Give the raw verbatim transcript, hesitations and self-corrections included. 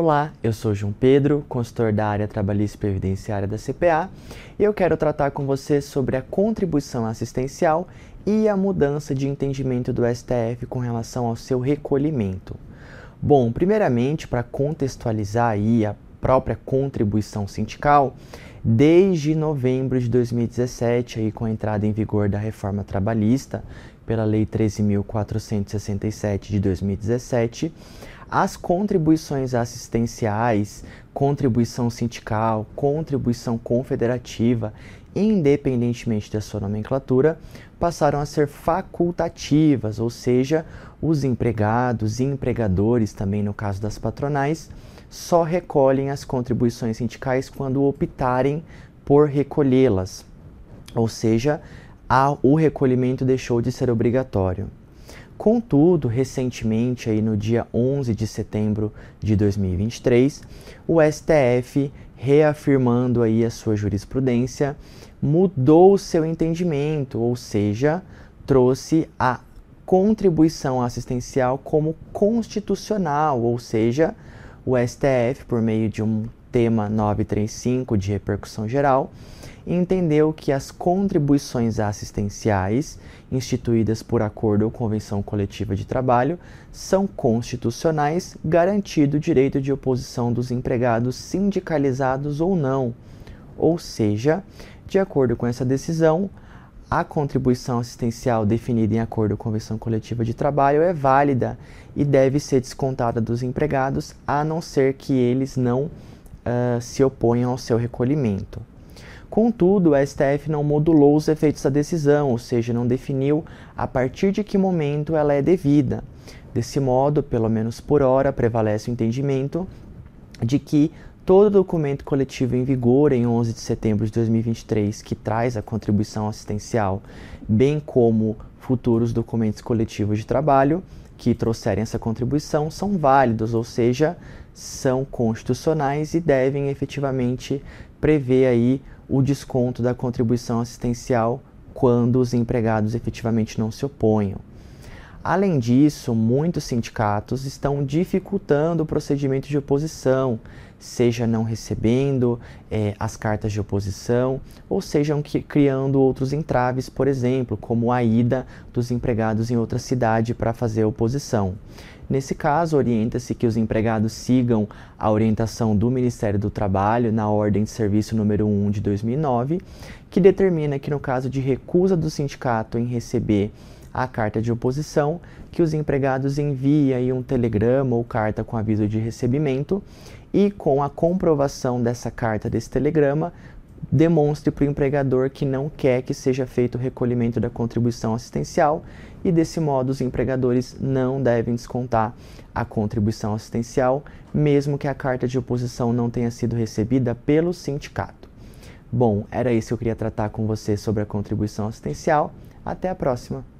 Olá, eu sou João Pedro, consultor da área trabalhista e previdenciária da C P A, e eu quero tratar com você sobre a contribuição assistencial e a mudança de entendimento do S T F com relação ao seu recolhimento. Bom, primeiramente, para contextualizar aí a própria contribuição sindical, desde novembro de dois mil e dezessete, aí com a entrada em vigor da reforma trabalhista, pela Lei treze mil quatrocentos e sessenta e sete de dois mil e dezessete, as contribuições assistenciais, contribuição sindical, contribuição confederativa, independentemente da sua nomenclatura, passaram a ser facultativas, ou seja, os empregados e empregadores, também no caso das patronais, só recolhem as contribuições sindicais quando optarem por recolhê-las, ou seja, a, o recolhimento deixou de ser obrigatório. Contudo, recentemente, aí no dia onze de setembro de dois mil e vinte e três, o S T F, reafirmando aí a sua jurisprudência, mudou o seu entendimento, ou seja, trouxe a contribuição assistencial como constitucional, ou seja, o S T F, por meio de um tema novecentos e trinta e cinco de repercussão geral, entendeu que as contribuições assistenciais instituídas por acordo ou convenção coletiva de trabalho são constitucionais, garantido o direito de oposição dos empregados sindicalizados ou não. Ou seja, de acordo com essa decisão, a contribuição assistencial definida em acordo ou convenção coletiva de trabalho é válida e deve ser descontada dos empregados, a não ser que eles não uh, se oponham ao seu recolhimento. Contudo, o S T F não modulou os efeitos da decisão, ou seja, não definiu a partir de que momento ela é devida. Desse modo, pelo menos por hora, prevalece o entendimento de que todo documento coletivo em vigor em onze de setembro de dois mil e vinte e três que traz a contribuição assistencial, bem como futuros documentos coletivos de trabalho que trouxerem essa contribuição, são válidos, ou seja, são constitucionais e devem efetivamente prever aí o desconto da contribuição assistencial quando os empregados efetivamente não se oponham. Além disso, muitos sindicatos estão dificultando o procedimento de oposição, seja não recebendo eh, as cartas de oposição, ou sejam que, criando outros entraves, por exemplo, como a ida dos empregados em outra cidade para fazer a oposição. Nesse caso, orienta-se que os empregados sigam a orientação do Ministério do Trabalho na Ordem de Serviço número um de dois mil e nove, que determina que no caso de recusa do sindicato em receber a carta de oposição, que os empregados enviem aí um telegrama ou carta com aviso de recebimento e com a comprovação dessa carta, desse telegrama, demonstre para o empregador que não quer que seja feito o recolhimento da contribuição assistencial e, desse modo, os empregadores não devem descontar a contribuição assistencial, mesmo que a carta de oposição não tenha sido recebida pelo sindicato. Bom, era isso que eu queria tratar com você sobre a contribuição assistencial. Até a próxima!